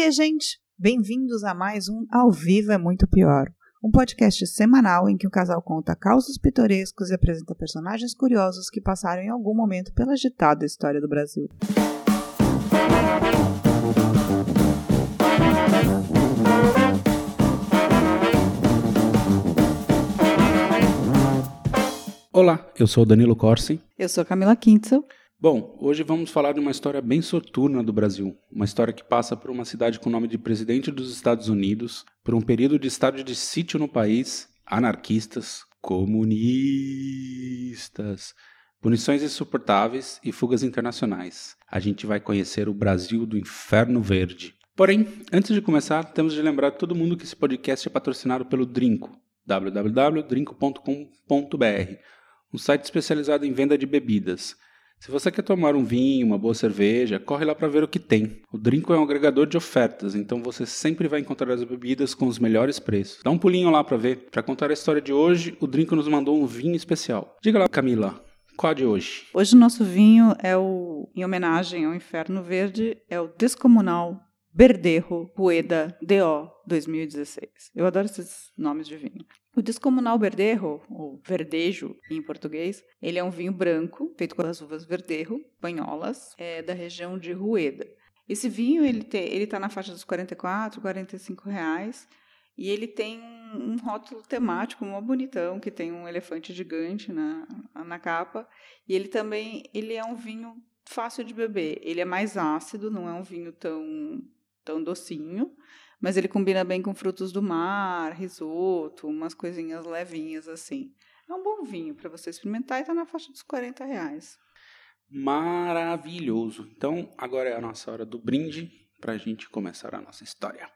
Oiê, gente! Bem-vindos a mais um Ao Vivo é Muito Pior, um podcast semanal em que o casal conta causos pitorescos e apresenta personagens curiosos que passaram em algum momento pela agitada história do Brasil. Olá, eu sou o Danilo Corsi. Eu sou a Camila Kintzel. Bom, hoje vamos falar de uma história bem soturna do Brasil. Uma história que passa por uma cidade com o nome de presidente dos Estados Unidos, por um período de estado de sítio no país, anarquistas, comunistas, punições insuportáveis e fugas internacionais. A gente vai conhecer o Brasil do Inferno Verde. Porém, antes de começar, temos de lembrar todo mundo que esse podcast é patrocinado pelo Drinco, www.drinco.com.br, um site especializado em venda de bebidas. Se você quer tomar um vinho, uma boa cerveja, corre lá para ver o que tem. O Drinco é um agregador de ofertas, então você sempre vai encontrar as bebidas com os melhores preços. Dá um pulinho lá para ver. Para contar a história de hoje, o Drinco nos mandou um vinho especial. Diga lá, Camila, qual é de hoje? Hoje o nosso vinho é em homenagem ao Inferno Verde, é o Descomunal Verdejo Rueda DO 2016. Eu adoro esses nomes de vinho. O Descomunal Verdejo, ou Verdejo em português, ele é um vinho branco, feito com as uvas Verdejo, espanholas, da região de Rueda. Esse vinho, ele tá na faixa dos R$44, R$45, e ele tem um rótulo temático mó bonitão, que tem um elefante gigante na capa, e ele é um vinho fácil de beber. Ele é mais ácido, não é um vinho tão docinho, mas ele combina bem com frutos do mar, risoto, umas coisinhas levinhas assim. É um bom vinho para você experimentar e está na faixa dos R$40. Maravilhoso! Então, agora é a nossa hora do brinde para a gente começar a nossa história.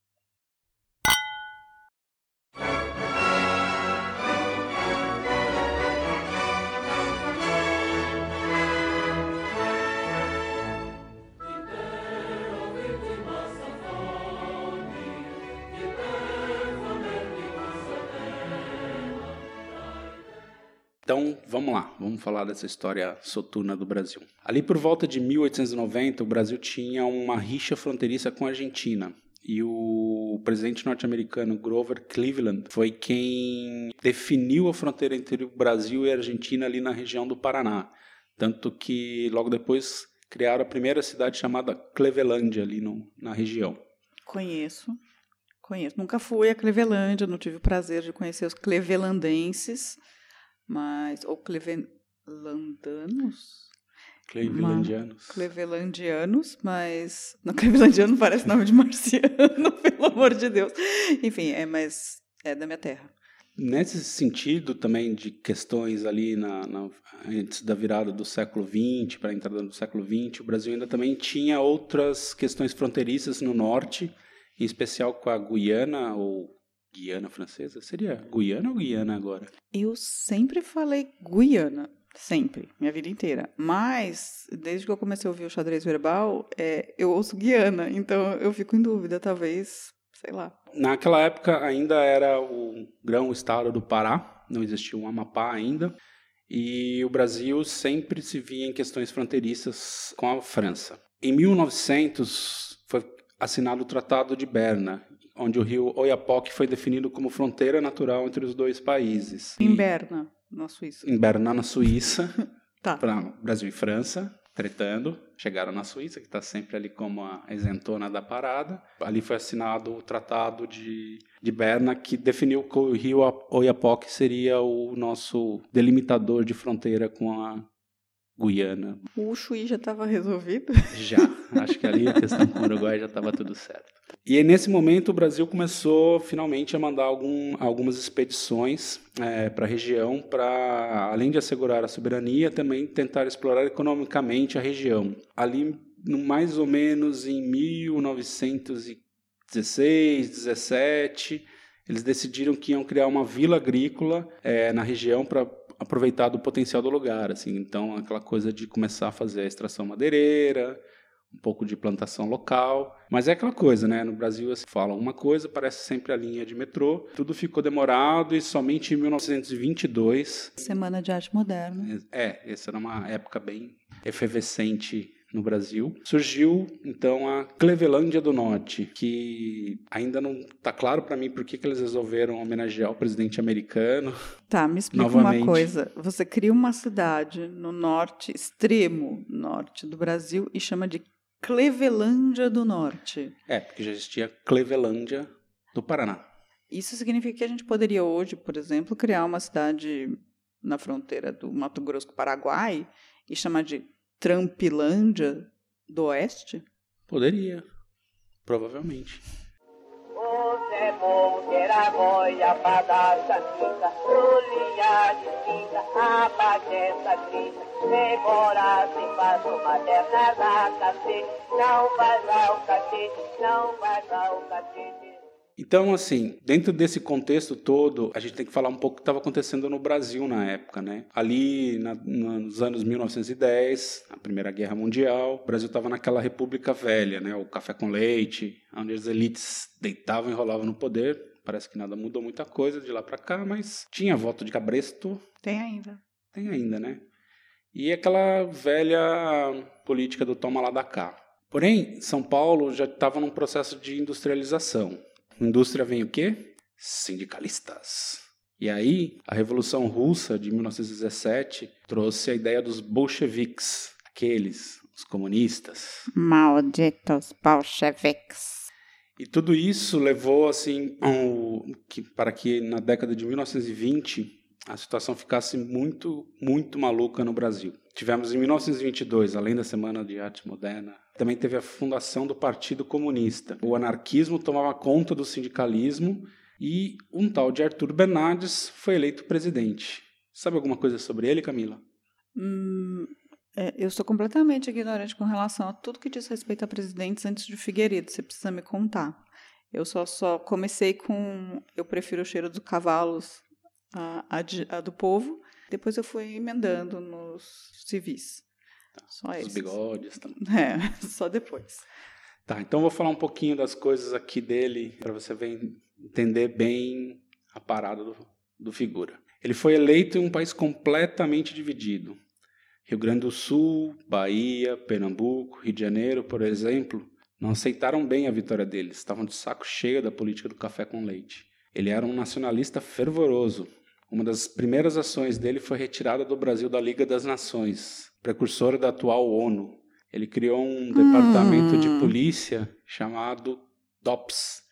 Então, vamos lá, vamos falar dessa história soturna do Brasil. Ali por volta de 1890, o Brasil tinha uma rixa fronteiriça com a Argentina. E o presidente norte-americano Grover Cleveland foi quem definiu a fronteira entre o Brasil e a Argentina ali na região do Paraná. Tanto que logo depois criaram a primeira cidade chamada Clevelândia ali na região. Conheço. Nunca fui a Clevelândia, não tive o prazer de conhecer os clevelandenses. Ou Clevelandianos, mas... Não, Clevelandiano parece nome de marciano, pelo amor de Deus. Enfim, mas é da minha terra. Nesse sentido também de questões ali antes da virada do século XX para a entrada do século XX, o Brasil ainda também tinha outras questões fronteiriças no norte, em especial com a Guiana ou Guiana Francesa? Seria Guiana ou Guiana agora? Eu sempre falei Guiana, sempre, minha vida inteira. Mas, desde que eu comecei a ouvir o xadrez verbal, eu ouço Guiana, então eu fico em dúvida, talvez, sei lá. Naquela época ainda era o grão-estado do Pará, não existia um Amapá ainda, e o Brasil sempre se via em questões fronteiriças com a França. Em 1900 foi assinado o Tratado de Berna, onde o rio Oiapoque foi definido como fronteira natural entre os dois países. Em Berna, na Suíça. Em Berna, na Suíça, tá. Para Brasil e França, tretando. Chegaram na Suíça, que está sempre ali como a isentona da parada. Ali foi assinado o Tratado de Berna, que definiu que o rio Oiapoque seria o nosso delimitador de fronteira com a Guiana. O Chuí já estava resolvido? Já. Acho que ali a questão com o Uruguai já estava tudo certo. E aí, nesse momento, o Brasil começou finalmente a mandar algumas expedições para a região, para, além de assegurar a soberania, também tentar explorar economicamente a região. Ali, mais ou menos em 1916, 17, eles decidiram que iam criar uma vila agrícola na região para aproveitar do potencial do lugar. Assim. Então, aquela coisa de começar a fazer a extração madeireira, um pouco de plantação local, mas é aquela coisa, né? No Brasil, se fala uma coisa, parece sempre a linha de metrô. Tudo ficou demorado e somente em 1922... Semana de Arte Moderna. Essa era uma época bem efervescente no Brasil. Surgiu, então, a Clevelândia do Norte, que ainda não está claro para mim por que eles resolveram homenagear o presidente americano. Tá, me explica novamente. Uma coisa. Você cria uma cidade no norte, extremo norte do Brasil, e chama de Clevelândia do Norte. Porque já existia Clevelândia do Paraná. Isso significa que a gente poderia hoje, por exemplo, criar uma cidade na fronteira do Mato Grosso com o Paraguai e chamar de Trampilândia do Oeste? Poderia, provavelmente. Você monteira boia pra dar sanita, rolinha de cinta, a bagueta grita, demora se faz uma perna da cacete, não vai lá o cacete, não vai lá o cacete. Então, assim, dentro desse contexto todo, a gente tem que falar um pouco do que estava acontecendo no Brasil na época, né? Ali, nos anos 1910, a Primeira Guerra Mundial, o Brasil estava naquela república velha, né? O café com leite, onde as elites deitavam e rolavam no poder. Parece que nada mudou muita coisa de lá para cá, mas tinha voto de cabresto. Tem ainda. Tem ainda, né? E aquela velha política do toma lá da cá. Porém, São Paulo já estava num processo de industrialização. Indústria vem o quê? Sindicalistas. E aí, a Revolução Russa de 1917 trouxe a ideia dos bolcheviques, os comunistas. Malditos bolcheviques. E tudo isso levou assim, para que na década de 1920 a situação ficasse muito, muito maluca no Brasil. Tivemos em 1922, além da Semana de Arte Moderna, também teve a fundação do Partido Comunista. O anarquismo tomava conta do sindicalismo e um tal de Arthur Bernardes foi eleito presidente. Sabe alguma coisa sobre ele, Camila? Eu sou completamente ignorante com relação a tudo que diz respeito a presidentes antes de Figueiredo. Você precisa me contar. Eu só comecei com... Eu prefiro o cheiro dos cavalos a do povo. Depois eu fui emendando nos civis. Só os bigodes também. Só depois. Tá, então vou falar um pouquinho das coisas aqui dele para você entender bem a parada do figura. Ele foi eleito em um país completamente dividido. Rio Grande do Sul, Bahia, Pernambuco, Rio de Janeiro, por exemplo, não aceitaram bem a vitória dele. Estavam de saco cheio da política do café com leite. Ele era um nacionalista fervoroso. Uma das primeiras ações dele foi a retirada do Brasil da Liga das Nações, precursora da atual ONU. Ele criou um departamento de polícia chamado DOPS.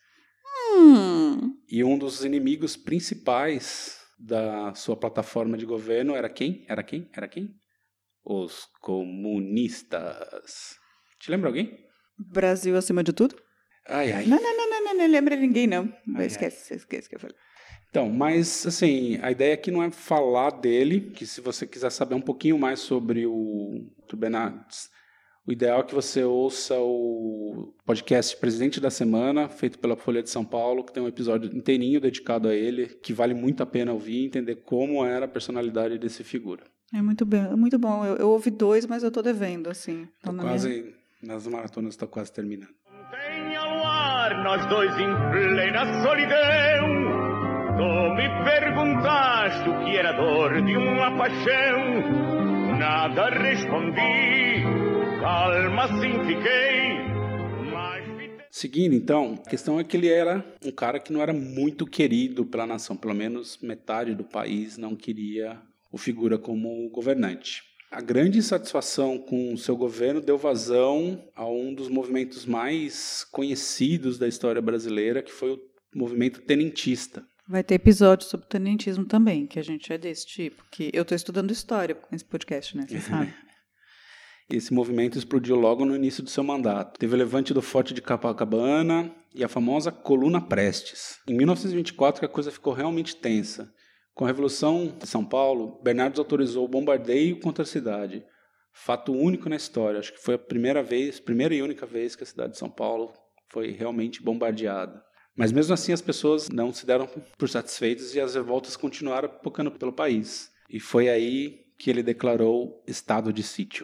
E um dos inimigos principais da sua plataforma de governo era quem? Era quem? Os comunistas. Te lembra alguém? Brasil acima de tudo? Ai. Não lembra ninguém, não. Esquece que eu falei. Então, mas, assim, a ideia aqui não é falar dele, que se você quiser saber um pouquinho mais sobre o Bernardes, o ideal é que você ouça o podcast Presidente da Semana, feito pela Folha de São Paulo, que tem um episódio inteirinho dedicado a ele, que vale muito a pena ouvir e entender como era a personalidade desse figura. É muito bom. Eu ouvi 2, mas eu tô devendo, assim. Nas maratonas está quase terminando. Tem ao luar, nós dois em plena solidão. Tu me perguntaste o que era dor de uma paixão. Nada respondi, calma assim fiquei. Seguindo, então, a questão é que ele era um cara que não era muito querido pela nação. Pelo menos metade do país não queria o figura como governante. A grande insatisfação com o seu governo deu vazão a um dos movimentos mais conhecidos da história brasileira, que foi o movimento tenentista. Vai ter episódio sobre tenentismo também, que a gente é desse tipo, que eu estou estudando história com esse podcast, né? Você sabe? Esse movimento explodiu logo no início do seu mandato. Teve o levante do Forte de Copacabana e a famosa Coluna Prestes. Em 1924, a coisa ficou realmente tensa. Com a Revolução de São Paulo, Bernardes autorizou o bombardeio contra a cidade. Fato único na história. Acho que foi a primeira e única vez que a cidade de São Paulo foi realmente bombardeada. Mas mesmo assim as pessoas não se deram por satisfeitas e as revoltas continuaram pipocando pelo país. E foi aí que ele declarou estado de sítio.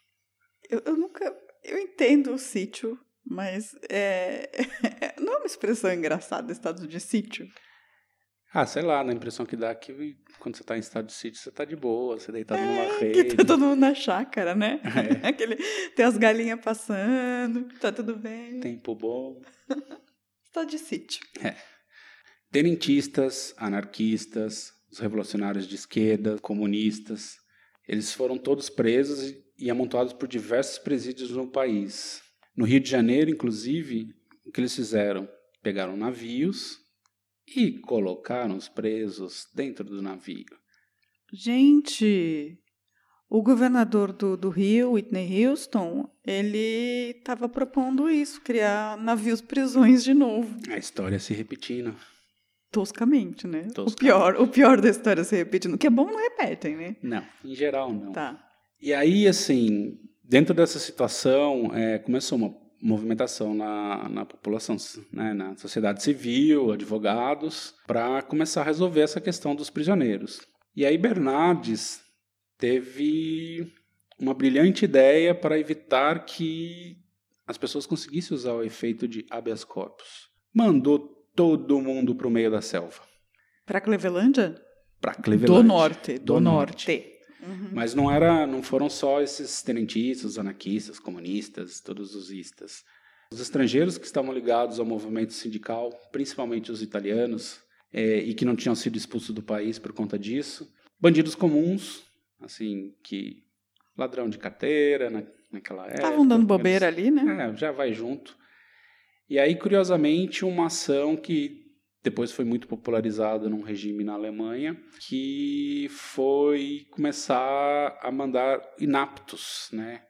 Eu entendo o sítio, mas não é uma expressão engraçada, estado de sítio? Sei lá, a impressão que dá que quando você tá em estado de sítio, você tá de boa, você deitado numa Que rede. tá todo mundo na chácara, né? Tem as galinhas passando, tá tudo bem. Tempo bom. Estado de sítio. Tenentistas, anarquistas, os revolucionários de esquerda, comunistas, eles foram todos presos e amontoados por diversos presídios no país. No Rio de Janeiro, inclusive, o que eles fizeram? Pegaram navios e colocaram os presos dentro do navio. Gente, o governador do Rio, Whitney Houston, ele estava propondo isso, criar navios prisões de novo. A história se repetindo. Toscamente, né? Toscamente. O pior da história se repetindo. O que é bom não repetem, né? Não, em geral não. Tá. E aí, assim, dentro dessa situação, começou uma movimentação na população, né, na sociedade civil, advogados, para começar a resolver essa questão dos prisioneiros. E aí Bernardes teve uma brilhante ideia para evitar que as pessoas conseguissem usar o efeito de habeas corpus. Mandou todo mundo para o meio da selva. Para Clevelândia? Para Clevelândia. Do norte. Uhum. Mas não foram só esses tenentistas, anarquistas, comunistas, todos os istas. Os estrangeiros que estavam ligados ao movimento sindical, principalmente os italianos, e que não tinham sido expulsos do país por conta disso. Bandidos comuns, assim, que ladrão de carteira naquela época. Estavam dando bobeira ali, né? Já vai junto. E aí, curiosamente, uma ação que depois foi muito popularizada num regime na Alemanha, que foi começar a mandar inaptos, né?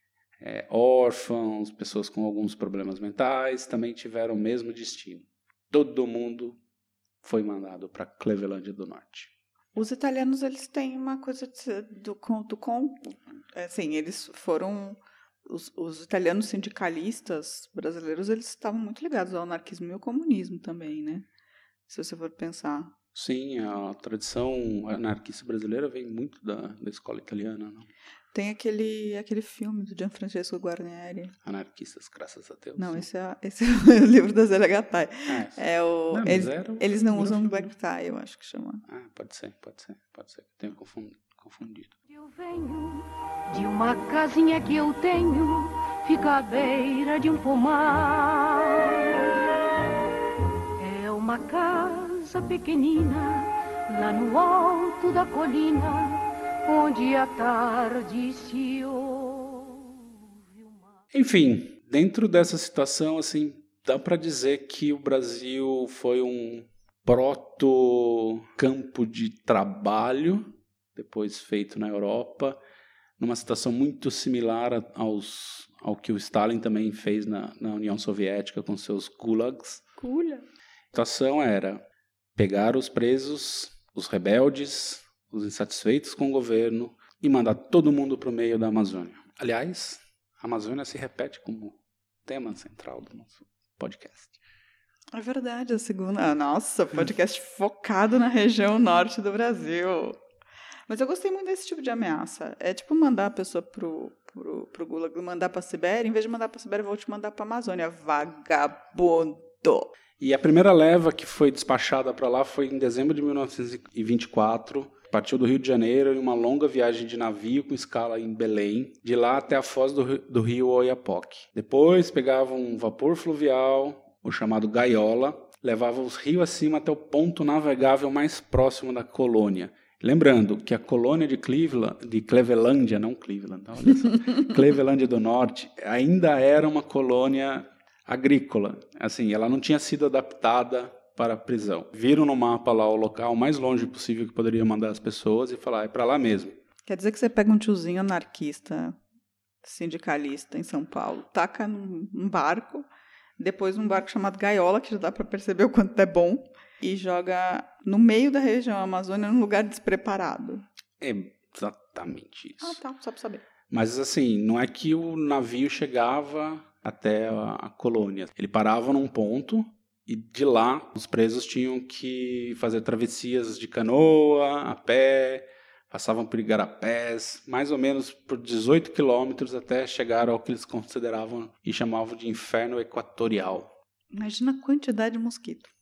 Órfãos, pessoas com alguns problemas mentais, também tiveram o mesmo destino. Todo mundo foi mandado para Clevelândia do Norte. Os italianos, eles têm uma coisa assim, eles foram... Os italianos sindicalistas brasileiros, eles estavam muito ligados ao anarquismo e ao comunismo também, né? Se você for pensar. Sim, a tradição anarquista brasileira vem muito da escola italiana, não? Tem aquele filme do Gianfrancesco Guarnieri. Anarquistas, graças a Deus. Não, esse é o livro da Zélia Gattai. Eles não usam black tie, eu acho que chama. Pode ser. Tenho confundido. Eu venho de uma casinha que eu tenho, fica à beira de um pomar. É uma casa pequenina, lá no alto da colina, onde à tarde se ouve o mar. Enfim, dentro dessa situação, assim, dá para dizer que o Brasil foi um proto-campo de trabalho, depois feito na Europa, numa situação muito similar ao que o Stalin também fez na União Soviética com seus gulags. A situação era pegar os presos, os rebeldes, os insatisfeitos com o governo e mandar todo mundo para o meio da Amazônia. Aliás, a Amazônia se repete como tema central do nosso podcast. É verdade, a segunda... Nossa, podcast focado na região norte do Brasil. Mas eu gostei muito desse tipo de ameaça. É tipo mandar a pessoa pro Gulag, mandar pra Sibéria, em vez de mandar pra Sibéria, eu vou te mandar pra Amazônia. Vagabundo! E a primeira leva que foi despachada para lá foi em dezembro de 1924. Partiu do Rio de Janeiro em uma longa viagem de navio com escala em Belém, de lá até a foz do rio Oiapoque. Depois pegava um vapor fluvial, o chamado Gaiola, levava os rios acima até o ponto navegável mais próximo da colônia. Lembrando que a colônia de Clevelândia, não Cleveland, olha só, Clevelândia do Norte, ainda era uma colônia agrícola. Assim, ela não tinha sido adaptada para a prisão. Viram no mapa lá o local mais longe possível que poderia mandar as pessoas e falar, é para lá mesmo. Quer dizer que você pega um tiozinho anarquista, sindicalista em São Paulo, taca num barco, depois um barco chamado Gaiola, que já dá para perceber o quanto é bom, e joga no meio da região Amazônia, num lugar despreparado. É exatamente isso. Tá, só para saber. Mas assim, não é que o navio chegava até a colônia. Ele parava num ponto e de lá os presos tinham que fazer travessias de canoa, a pé, passavam por igarapés, mais ou menos por 18 quilômetros até chegar ao que eles consideravam e chamavam de inferno equatorial. Imagina a quantidade de mosquito.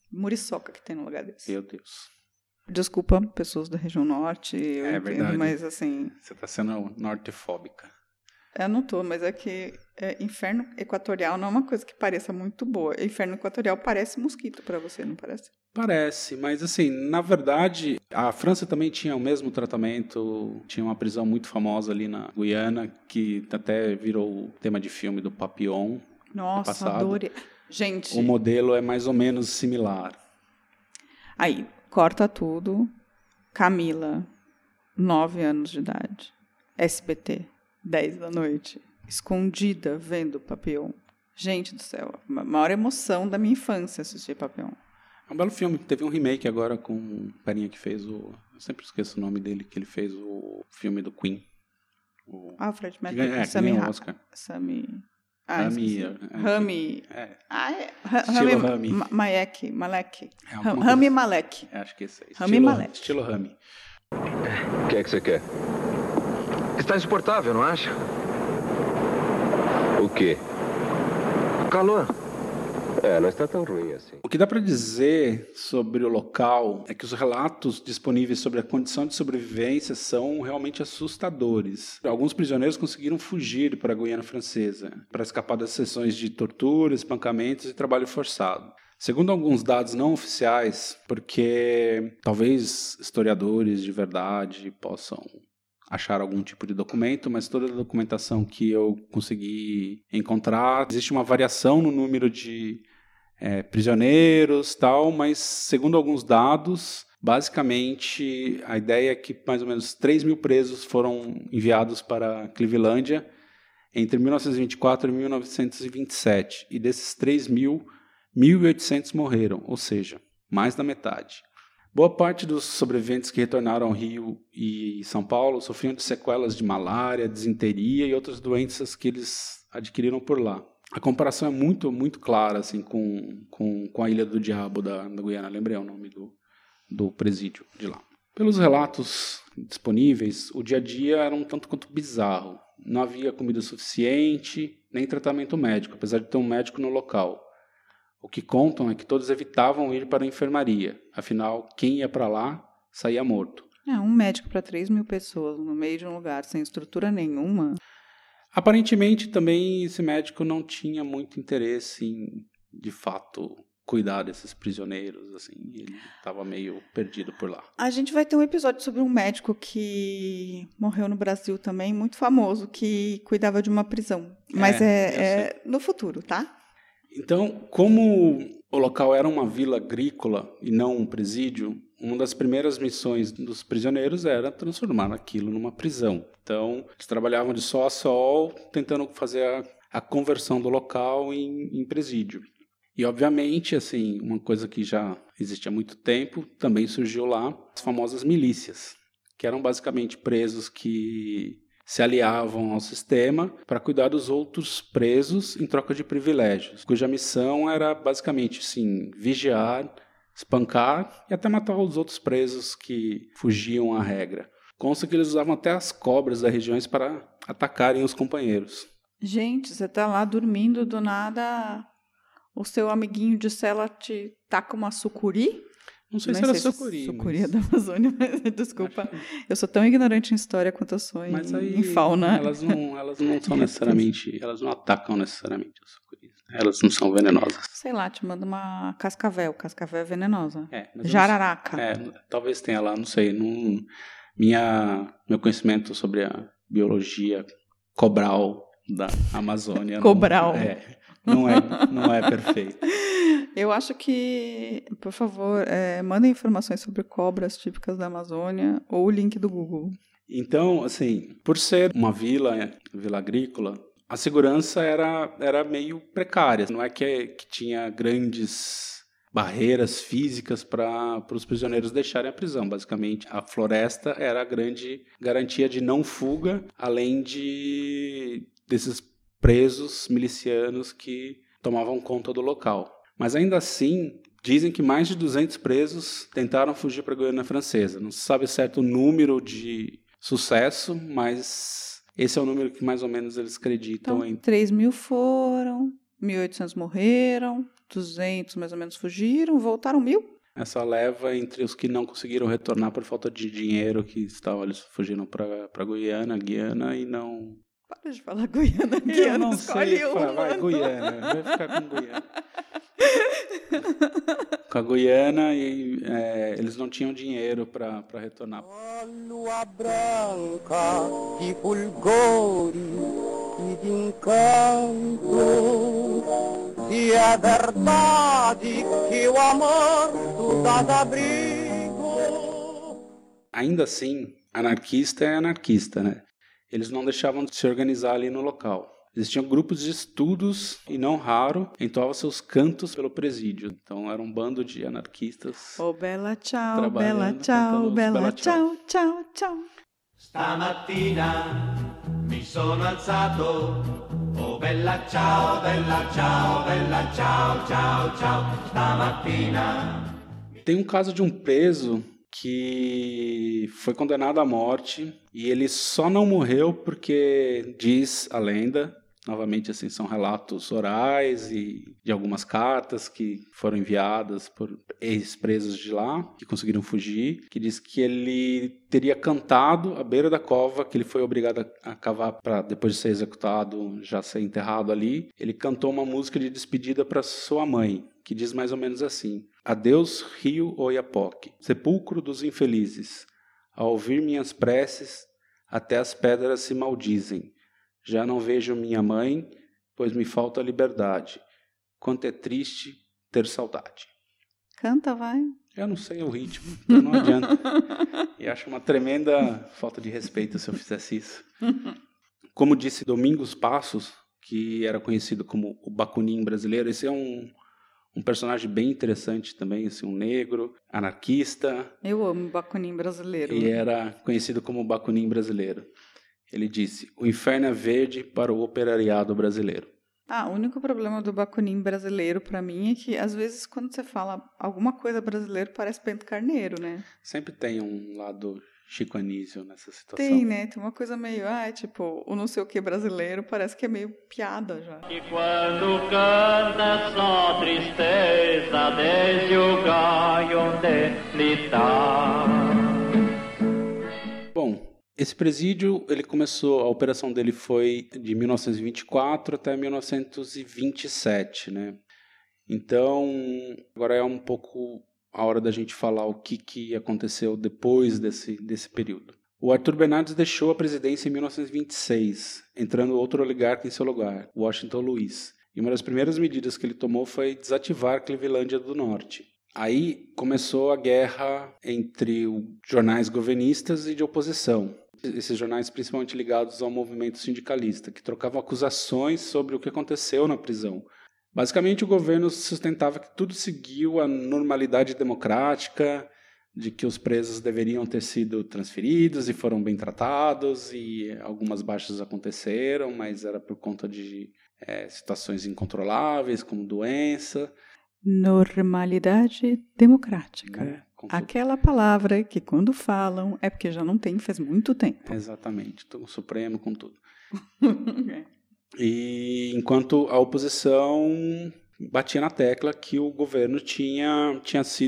muriçoca que tem no lugar desse. Meu Deus. Desculpa, pessoas da região norte, eu entendo, verdade. mas assim... Você tá sendo nortefóbica. Eu não tô, mas é que inferno equatorial não é uma coisa que pareça muito boa. Inferno equatorial parece mosquito pra você, não parece? Parece, mas assim, na verdade, a França também tinha o mesmo tratamento. Tinha uma prisão muito famosa ali na Guiana, que até virou tema de filme do Papillon. Nossa, adorei. Gente... O modelo é mais ou menos similar. Aí, corta tudo. Camila, 9 anos de idade. SBT, 10 da noite. Escondida, vendo Papillon. Gente do céu, a maior emoção da minha infância assistir Papillon. É um belo filme. Teve um remake agora com o carinha que fez o... Eu sempre esqueço o nome dele, que ele fez o filme do Queen. O Fred Mercury. Que ganhou o Oscar. Rami. Estilo Rami. Malek. Rami Malek. Acho que esse é. Rami Malek. Estilo Rami. O que é que você quer? Está insuportável, não acha? O quê? O calor. Não está tão ruim assim. O que dá para dizer sobre o local é que os relatos disponíveis sobre a condição de sobrevivência são realmente assustadores. Alguns prisioneiros conseguiram fugir para a Guiana Francesa para escapar das sessões de tortura, espancamentos e trabalho forçado. Segundo alguns dados não oficiais, porque talvez historiadores de verdade possam achar algum tipo de documento, mas toda a documentação que eu consegui encontrar, existe uma variação no número de prisioneiros, tal, mas segundo alguns dados, basicamente a ideia é que mais ou menos 3.000 presos foram enviados para Clevelândia entre 1924 e 1927, e desses 3.000, 1.800 morreram, ou seja, mais da metade. Boa parte dos sobreviventes que retornaram ao Rio e São Paulo sofriam de sequelas de malária, disenteria e outras doenças que eles adquiriram por lá. A comparação é muito, muito clara assim, com a Ilha do Diabo da Guiana. Lembrei o nome do presídio de lá. Pelos relatos disponíveis, o dia a dia era um tanto quanto bizarro. Não havia comida suficiente, nem tratamento médico, apesar de ter um médico no local. O que contam é que todos evitavam ir para a enfermaria. Afinal, quem ia para lá saía morto. Um médico para 3.000 pessoas no meio de um lugar sem estrutura nenhuma. Aparentemente, também, esse médico não tinha muito interesse em, de fato, cuidar desses prisioneiros. Assim, ele estava meio perdido por lá. A gente vai ter um episódio sobre um médico que morreu no Brasil também, muito famoso, que cuidava de uma prisão. Mas é no futuro, tá? Então, como o local era uma vila agrícola e não um presídio, uma das primeiras missões dos prisioneiros era transformar aquilo numa prisão. Então, eles trabalhavam de sol a sol, tentando fazer a conversão do local em presídio. E, obviamente, assim, uma coisa que já existe há muito tempo, também surgiu lá, as famosas milícias, que eram basicamente presos que se aliavam ao sistema para cuidar dos outros presos em troca de privilégios, cuja missão era basicamente, sim, vigiar, espancar e até matar os outros presos que fugiam à regra. Consta que eles usavam até as cobras das regiões para atacarem os companheiros. Gente, você tá lá dormindo, do nada o seu amiguinho de cela te taca uma sucuri? Não sei se era sucuri. Sucuri é da Amazônia, mas desculpa. Eu sou tão ignorante em história quanto eu sou em fauna. Elas não são necessariamente, elas não atacam necessariamente os sucuris. Elas não são venenosas. Sei lá, te manda uma cascavel. Cascavel é venenosa. Mas jararaca. Talvez tenha lá, não sei. Meu conhecimento sobre a biologia cobral da Amazônia Cobral. Não é perfeito. Eu acho que, por favor, mandem informações sobre cobras típicas da Amazônia ou o link do Google. Então, assim, por ser uma vila agrícola, a segurança era meio precária. Não é que tinha grandes barreiras físicas para os prisioneiros deixarem a prisão. Basicamente, a floresta era a grande garantia de não fuga, além desses presos milicianos que tomavam conta do local. Mas ainda assim, dizem que mais de 200 presos tentaram fugir para a Guiana Francesa. Não se sabe certo o número de sucesso, mas esse é o número que mais ou menos eles acreditam. Então, 3.000 foram, 1.800 morreram, 200 mais ou menos fugiram, voltaram 1.000. Essa leva entre os que não conseguiram retornar por falta de dinheiro, que estavam, eles fugiram para Guiana e não... Para de falar Guiana, Eu não escolhe sei um, falar, vai, mano. Guiana, vai ficar com Guiana. Com a Guiana e eles não tinham dinheiro para retornar. Lua branca de fulgores e de encanto, e é verdade que o amor tu dás abrigo. Ainda assim, anarquista é anarquista, né? Eles não deixavam de se organizar ali no local. Existiam grupos de estudos e, não raro, entoavam seus cantos pelo presídio. Então, era um bando de anarquistas. Oh, bella ciao, Trabalhando, bella ciao, cantando os bella bella ciao. ciao, ciao, ciao. Stamattina mi sono alzato, oh bella ciao, bella ciao, ciao, ciao. Stamattina. Tem um caso de um preso que foi condenado à morte e ele só não morreu porque, diz a lenda, novamente assim, são relatos orais e de algumas cartas que foram enviadas por ex-presos de lá, que conseguiram fugir, que diz que ele teria cantado à beira da cova, que ele foi obrigado a cavar para, depois de ser executado, já ser enterrado ali. Ele cantou uma música de despedida para sua mãe, que diz mais ou menos assim: Adeus, rio Oiapoque, sepulcro dos infelizes. Ao ouvir minhas preces, até as pedras se maldizem. Já não vejo minha mãe, pois me falta liberdade. Quanto é triste ter saudade. Canta, vai. Eu não sei o ritmo, então não adianta. E acho uma tremenda falta de respeito se eu fizesse isso. Como disse Domingos Passos, que era conhecido como o Bakunin brasileiro, esse é um personagem bem interessante também, assim, um negro, anarquista. Eu amo Bakunin brasileiro. E era conhecido como o Bakunin brasileiro. Ele disse: o inferno é verde para o operariado brasileiro. O único problema do Bakunin brasileiro pra mim é que às vezes quando você fala alguma coisa brasileiro parece Bento Carneiro, né? Sempre tem um lado Chico Anísio nessa situação. Tem, né? Tem uma coisa meio, tipo, o não sei o que brasileiro parece que é meio piada já. E quando canta só tristeza desde o lugar onde ele tá. Bom, esse presídio, a operação dele foi de 1924 até 1927, né? Então, agora é um pouco a hora da gente falar o que aconteceu depois desse período. O Arthur Bernardes deixou a presidência em 1926, entrando outro oligarca em seu lugar, Washington Luiz. E uma das primeiras medidas que ele tomou foi desativar Clevelândia do Norte. Aí começou a guerra entre jornais governistas e de oposição. Esses jornais principalmente ligados ao movimento sindicalista, que trocavam acusações sobre o que aconteceu na prisão. Basicamente, o governo sustentava que tudo seguiu a normalidade democrática, de que os presos deveriam ter sido transferidos e foram bem tratados, e algumas baixas aconteceram, mas era por conta de situações incontroláveis, como doença. Normalidade democrática. Com Aquela palavra que quando falam é porque já não tem faz muito tempo. Exatamente, o Supremo com tudo. E enquanto a oposição batia na tecla que o governo tinha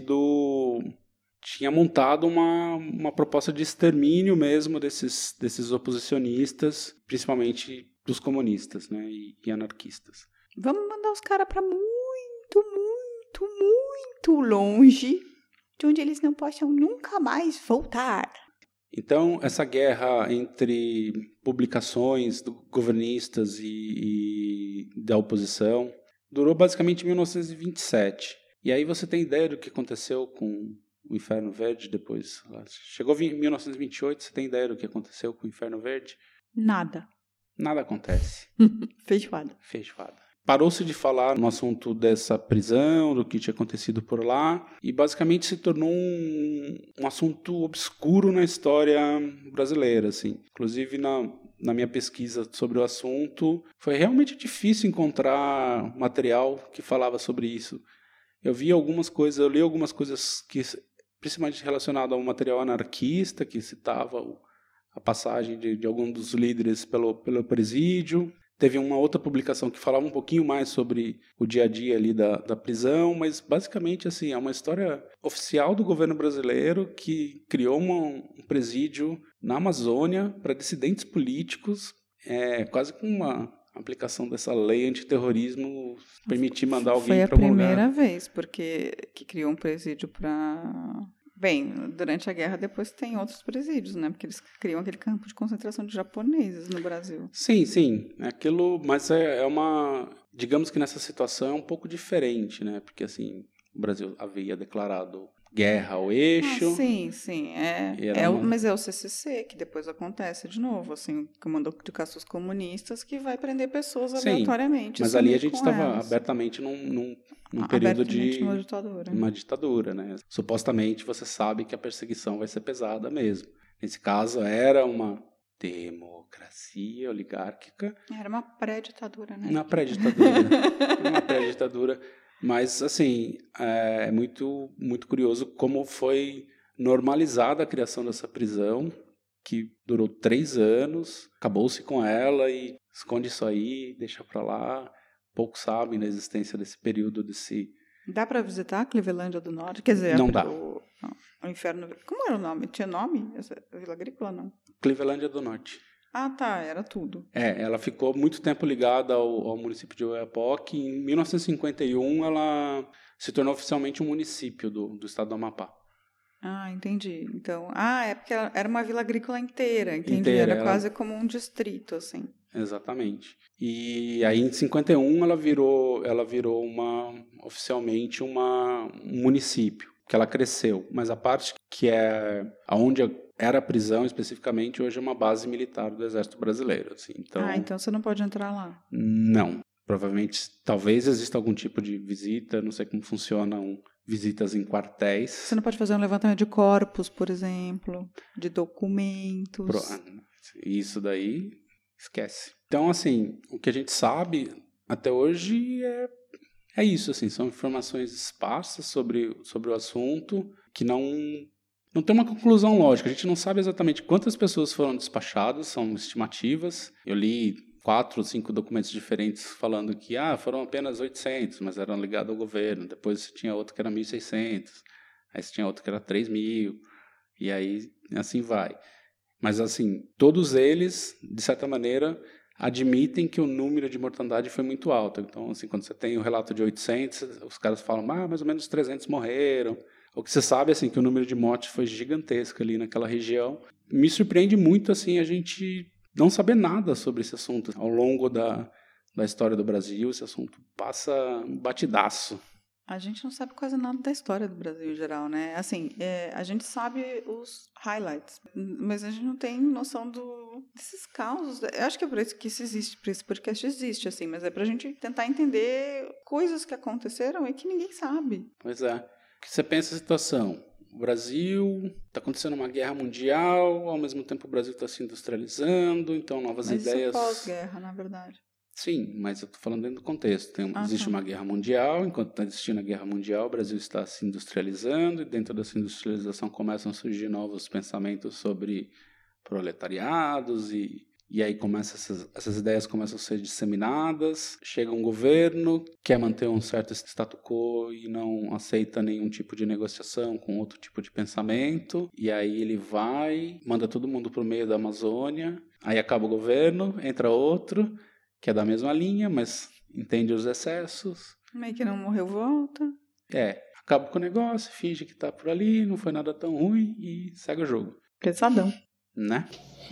montado uma proposta de extermínio mesmo desses oposicionistas, principalmente dos comunistas, né, e anarquistas. Vamos mandar os caras para muito longe, de onde eles não possam nunca mais voltar. Então, essa guerra entre publicações governistas e da oposição durou basicamente 1927. E aí você tem ideia do que aconteceu com o Inferno Verde depois? Chegou em 1928, você tem ideia do que aconteceu com o Inferno Verde? Nada. Nada acontece. Feijoada. Parou-se de falar no assunto dessa prisão, do que tinha acontecido por lá, e basicamente se tornou um assunto obscuro na história brasileira, assim. Inclusive, na minha pesquisa sobre o assunto, foi realmente difícil encontrar material que falava sobre isso. Eu li algumas coisas que, principalmente relacionadas ao material anarquista, que citava a passagem de alguns dos líderes pelo presídio. Teve uma outra publicação que falava um pouquinho mais sobre o dia a dia ali da prisão, mas basicamente assim, é uma história oficial do governo brasileiro que criou um presídio na Amazônia para dissidentes políticos, quase com uma aplicação dessa lei antiterrorismo, permitir mandar alguém para algum lugar. Foi a primeira vez que criou um presídio para... Bem, durante a guerra depois tem outros presídios, né? Porque eles criam aquele campo de concentração de japoneses no Brasil. Sim. Mas é uma... Digamos que nessa situação é um pouco diferente, né? Porque, assim, o Brasil havia declarado guerra ao eixo. Sim. Mas é o CCC que depois acontece de novo, assim, Comando de Caças Comunistas, que vai prender pessoas aleatoriamente. Mas ali a gente estava abertamente num período de uma ditadura, né? Supostamente você sabe que a perseguição vai ser pesada mesmo. Nesse caso era uma democracia oligárquica. Era uma pré-ditadura, né? Uma pré-ditadura. Mas, assim, é muito, muito curioso como foi normalizada a criação dessa prisão, que durou 3 anos, acabou-se com ela e esconde isso aí, deixa pra lá. Poucos sabem da existência desse período, Dá para visitar a Clevelândia do Norte? Quer dizer, não dá. O inferno... Como era o nome? Tinha nome? Essa Vila Agrícola, não? Clevelândia do Norte. Ah, tá. Era tudo. Ela ficou muito tempo ligada ao município de Oiapoque. Em 1951, ela se tornou oficialmente um município do estado do Amapá. Ah, entendi. Então, é porque era uma vila agrícola inteira, entendi. Era quase como um distrito, assim. Exatamente. E aí, em 51, ela virou oficialmente um município, que ela cresceu. Mas a parte que é onde era a prisão, especificamente, hoje é uma base militar do Exército Brasileiro. Assim. Então você não pode entrar lá? Não. Provavelmente, talvez exista algum tipo de visita, não sei como funcionam visitas em quartéis. Você não pode fazer um levantamento de corpos, por exemplo, de documentos. Isso daí, esquece. Então, assim, o que a gente sabe até hoje é isso, assim, são informações esparsas sobre o assunto, que não tem uma conclusão lógica. A gente não sabe exatamente quantas pessoas foram despachadas, são estimativas. Eu li 4 ou 5 documentos diferentes falando que foram apenas 800, mas eram ligados ao governo. Depois você tinha outro que era 1.600, aí você tinha outro que era 3.000, e aí assim vai. Mas assim, todos eles, de certa maneira, admitem que o número de mortandade foi muito alto. Então, assim, quando você tem o relato de 800, os caras falam, mais ou menos 300 morreram. O que você sabe, assim, que o número de mortes foi gigantesco ali naquela região. Me surpreende muito, assim, a gente não saber nada sobre esse assunto. Ao longo da história do Brasil, esse assunto passa batidaço. A gente não sabe quase nada da história do Brasil em geral, né? Assim, a gente sabe os highlights, mas a gente não tem noção desses causos. Eu acho que é por isso que isso existe, por esse podcast existe, assim, mas é pra gente tentar entender coisas que aconteceram e que ninguém sabe. Pois é. O que você pensa a situação? O Brasil está acontecendo uma guerra mundial, ao mesmo tempo o Brasil está se industrializando, então novas ideias... Mas isso pós-guerra, na verdade. Sim, mas eu estou falando dentro do contexto. Existe uma guerra mundial, enquanto está existindo a guerra mundial, o Brasil está se industrializando, e dentro dessa industrialização começam a surgir novos pensamentos sobre proletariados, e aí essas ideias começam a ser disseminadas. Chega um governo, quer manter um certo status quo e não aceita nenhum tipo de negociação com outro tipo de pensamento, e aí ele manda todo mundo para o meio da Amazônia, aí acaba o governo, entra outro, que é da mesma linha, mas entende os excessos. Meio que não morreu, volta. Acaba com o negócio, finge que tá por ali, não foi nada tão ruim e segue o jogo. Pesadão. Né?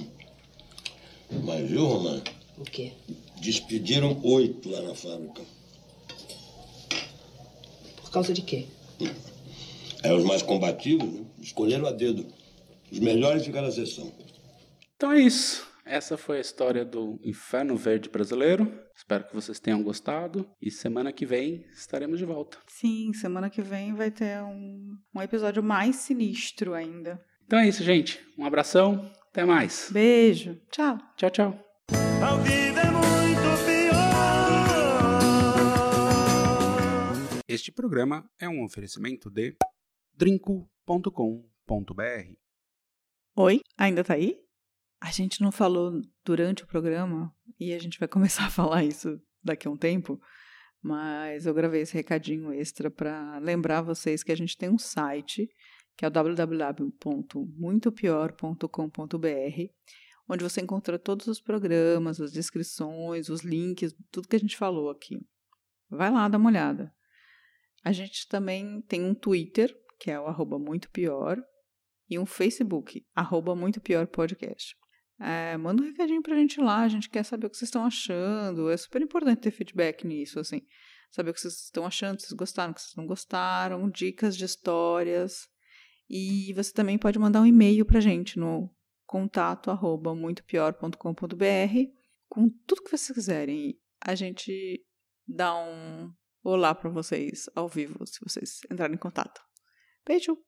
Mas viu, Romano? O quê? Despediram 8 lá na fábrica. Por causa de quê? Os mais combativos, né? Escolheram a dedo. Os melhores ficaram à sessão. Então é isso. Essa foi a história do Inferno Verde brasileiro. Espero que vocês tenham gostado. E semana que vem estaremos de volta. Sim, semana que vem vai ter um episódio mais sinistro ainda. Então é isso, gente. Um abração. Até mais. Beijo. Tchau. Tchau, tchau. A vida é muito pior. Este programa é um oferecimento de drinco.com.br. Oi, ainda tá aí? A gente não falou durante o programa, e a gente vai começar a falar isso daqui a um tempo, mas eu gravei esse recadinho extra para lembrar vocês que a gente tem um site, que é o www.muitopior.com.br, onde você encontra todos os programas, as descrições, os links, tudo que a gente falou aqui. Vai lá, dá uma olhada. A gente também tem um Twitter, que é o @muitopior, e um Facebook, @muitopiorpodcast. Manda um recadinho pra gente lá, a gente quer saber o que vocês estão achando. É super importante ter feedback nisso, assim. Saber o que vocês estão achando, se vocês gostaram, o que vocês não gostaram, dicas de histórias. E você também pode mandar um e-mail pra gente no contato@muitopior.com.br com tudo que vocês quiserem. A gente dá um olá pra vocês ao vivo, se vocês entrarem em contato. Beijo!